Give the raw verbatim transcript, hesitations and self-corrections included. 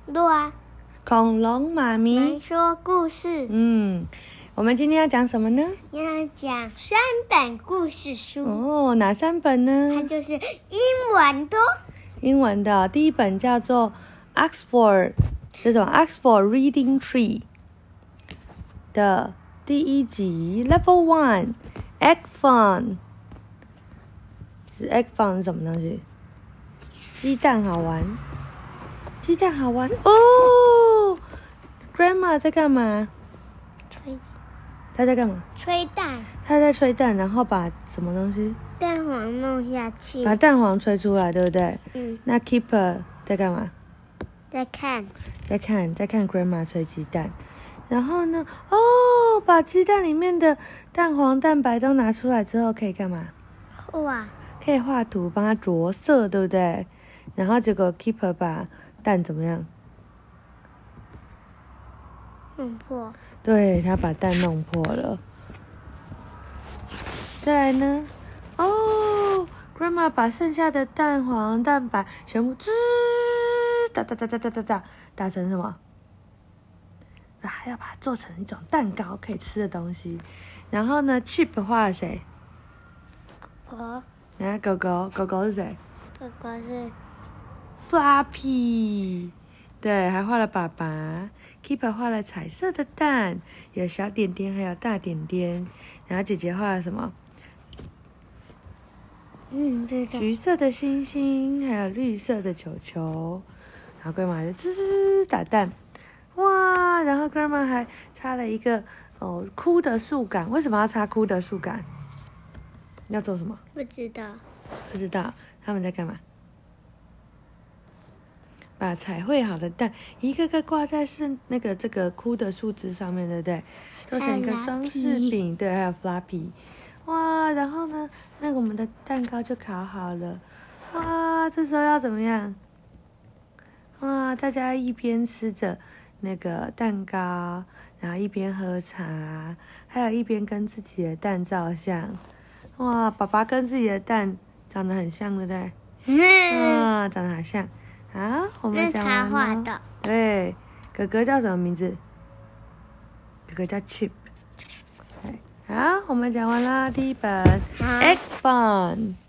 录啊， 恐龙妈咪来说故事。 嗯，我们今天要讲什么呢？ 要讲三本故事书。 哦，哪三本呢？ 它就是英文的。 英文的第一本叫做 Oxford 这种 Oxford Reading Tree 的第一集 Level One Egg Fun。是 Egg Fun 是什么东西？鸡蛋好玩。鸡蛋好玩哦 ！Grandma 在干嘛？ 吹。 她在干嘛？ 吹蛋。 她在吹蛋，然后把什么东西？ 蛋黄弄下去。 把蛋黄吹出来，对不对？ 嗯。 那 Keeper 在干嘛？ 在看。 在看，在看 Grandma 吹鸡蛋。然后呢？哦，把鸡蛋里面的蛋黄、蛋白都拿出来之后，可以干嘛？ 画。 可以画图，帮它着色，对不对？然后结果 Keeper 把蛋怎么样？ 弄破。 对，他把蛋弄破了。再来呢？哦 ，Grandma 把剩下的蛋黄、蛋白全部滋打打打打打打打打成什么？啊，要把它做成一种蛋糕，可以吃的东西。然后呢 ，Chip 画了谁？ 狗。 啊，狗狗，狗狗是谁？ 狗狗是 Fluffy， 对，还画了爸爸。Keeper 画了彩色的蛋，有小点点，还有大点点。然后姐姐画了什么？ 嗯，对的。 橘色的星星，还有绿色的球球。然后 Grandma 就吱吱打蛋，哇！然后 Grandma 还插了一个哦枯的树干。为什么要插枯的树干？要做什么？ 不知道。 不知道。他们在干嘛？把彩绘好的蛋一个个挂在是那个这个枯的树枝上面，对不对？做成一个装饰品，对，还有 Fluffy， 哇！然后呢，那个我们的蛋糕就烤好了，哇！这时候要怎么样？哇！大家一边吃着那个蛋糕，然后一边喝茶，还有一边跟自己的蛋照相，哇！爸爸跟自己的蛋长得很像，对不对？啊，长得好像。好，我们讲完了。 是他画的。 对，哥哥叫什么名字？哥哥叫 Chip。对，好，我们讲完了第一本 Egg Fun。